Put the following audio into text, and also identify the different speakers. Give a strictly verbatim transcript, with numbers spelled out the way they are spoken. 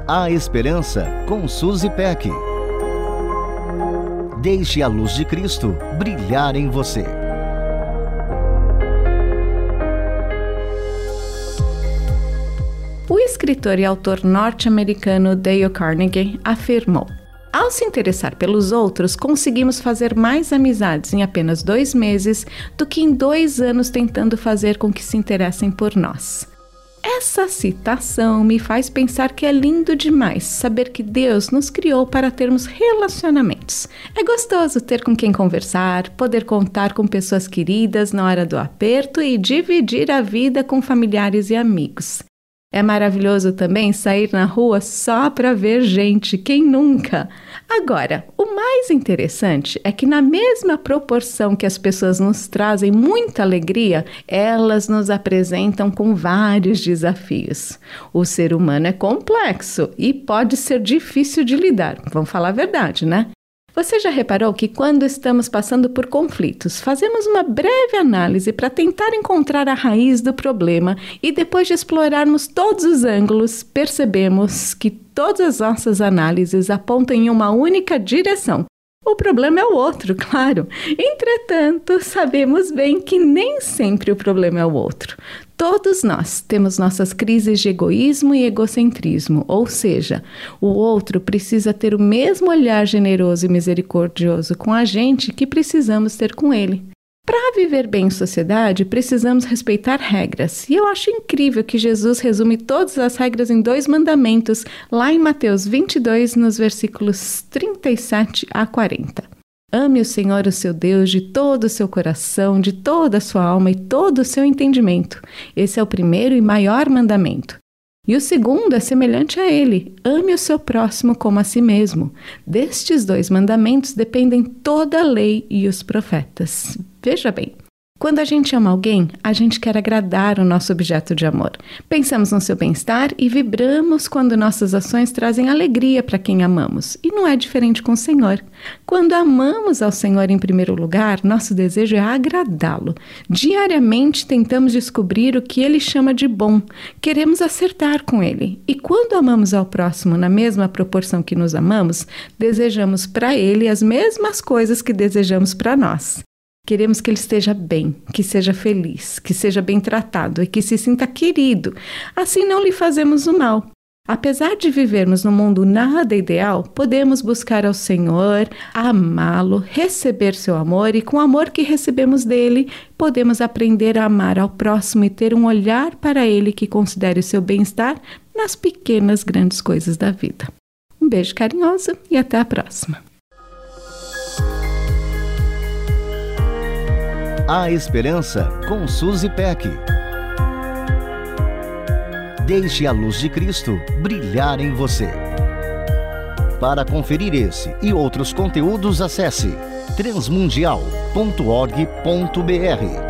Speaker 1: A Esperança, com Suzy Peck. Deixe a luz de Cristo brilhar em você.
Speaker 2: O escritor e autor norte-americano Dale Carnegie afirmou: ao se interessar pelos outros, conseguimos fazer mais amizades em apenas dois meses do que em dois anos tentando fazer com que se interessem por nós. Essa citação me faz pensar que é lindo demais saber que Deus nos criou para termos relacionamentos. É gostoso ter com quem conversar, poder contar com pessoas queridas na hora do aperto e dividir a vida com familiares e amigos. É maravilhoso também sair na rua só para ver gente, quem nunca? Agora, o mais interessante é que na mesma proporção que as pessoas nos trazem muita alegria, elas nos apresentam com vários desafios. O ser humano é complexo e pode ser difícil de lidar, vamos falar a verdade, né? Você já reparou que quando estamos passando por conflitos, fazemos uma breve análise para tentar encontrar a raiz do problema e depois de explorarmos todos os ângulos, percebemos que todas as nossas análises apontam em uma única direção. O problema é o outro, claro. Entretanto, sabemos bem que nem sempre o problema é o outro. Todos nós temos nossas crises de egoísmo e egocentrismo, ou seja, o outro precisa ter o mesmo olhar generoso e misericordioso com a gente que precisamos ter com ele. Para viver bem em sociedade, precisamos respeitar regras. E eu acho incrível que Jesus resume todas as regras em dois mandamentos, lá em Mateus vinte e dois, nos versículos trinta e sete a quarenta. Ame o Senhor, o seu Deus, de todo o seu coração, de toda a sua alma e todo o seu entendimento. Esse é o primeiro e maior mandamento. E o segundo é semelhante a ele: ame o seu próximo como a si mesmo. Destes dois mandamentos dependem toda a lei e os profetas. Veja bem, quando a gente ama alguém, a gente quer agradar o nosso objeto de amor. Pensamos no seu bem-estar e vibramos quando nossas ações trazem alegria para quem amamos. E não é diferente com o Senhor. Quando amamos ao Senhor em primeiro lugar, nosso desejo é agradá-lo. Diariamente tentamos descobrir o que Ele chama de bom. Queremos acertar com Ele. E quando amamos ao próximo na mesma proporção que nos amamos, desejamos para Ele as mesmas coisas que desejamos para nós. Queremos que ele esteja bem, que seja feliz, que seja bem tratado e que se sinta querido. Assim não lhe fazemos o mal. Apesar de vivermos num mundo nada ideal, podemos buscar ao Senhor, amá-lo, receber seu amor e com o amor que recebemos dele, podemos aprender a amar ao próximo e ter um olhar para ele que considere o seu bem-estar nas pequenas grandes coisas da vida. Um beijo carinhoso e até a próxima.
Speaker 1: A Esperança, com Suzy Peck. Deixe a luz de Cristo brilhar em você. Para conferir esse e outros conteúdos, acesse transmundial ponto org ponto br.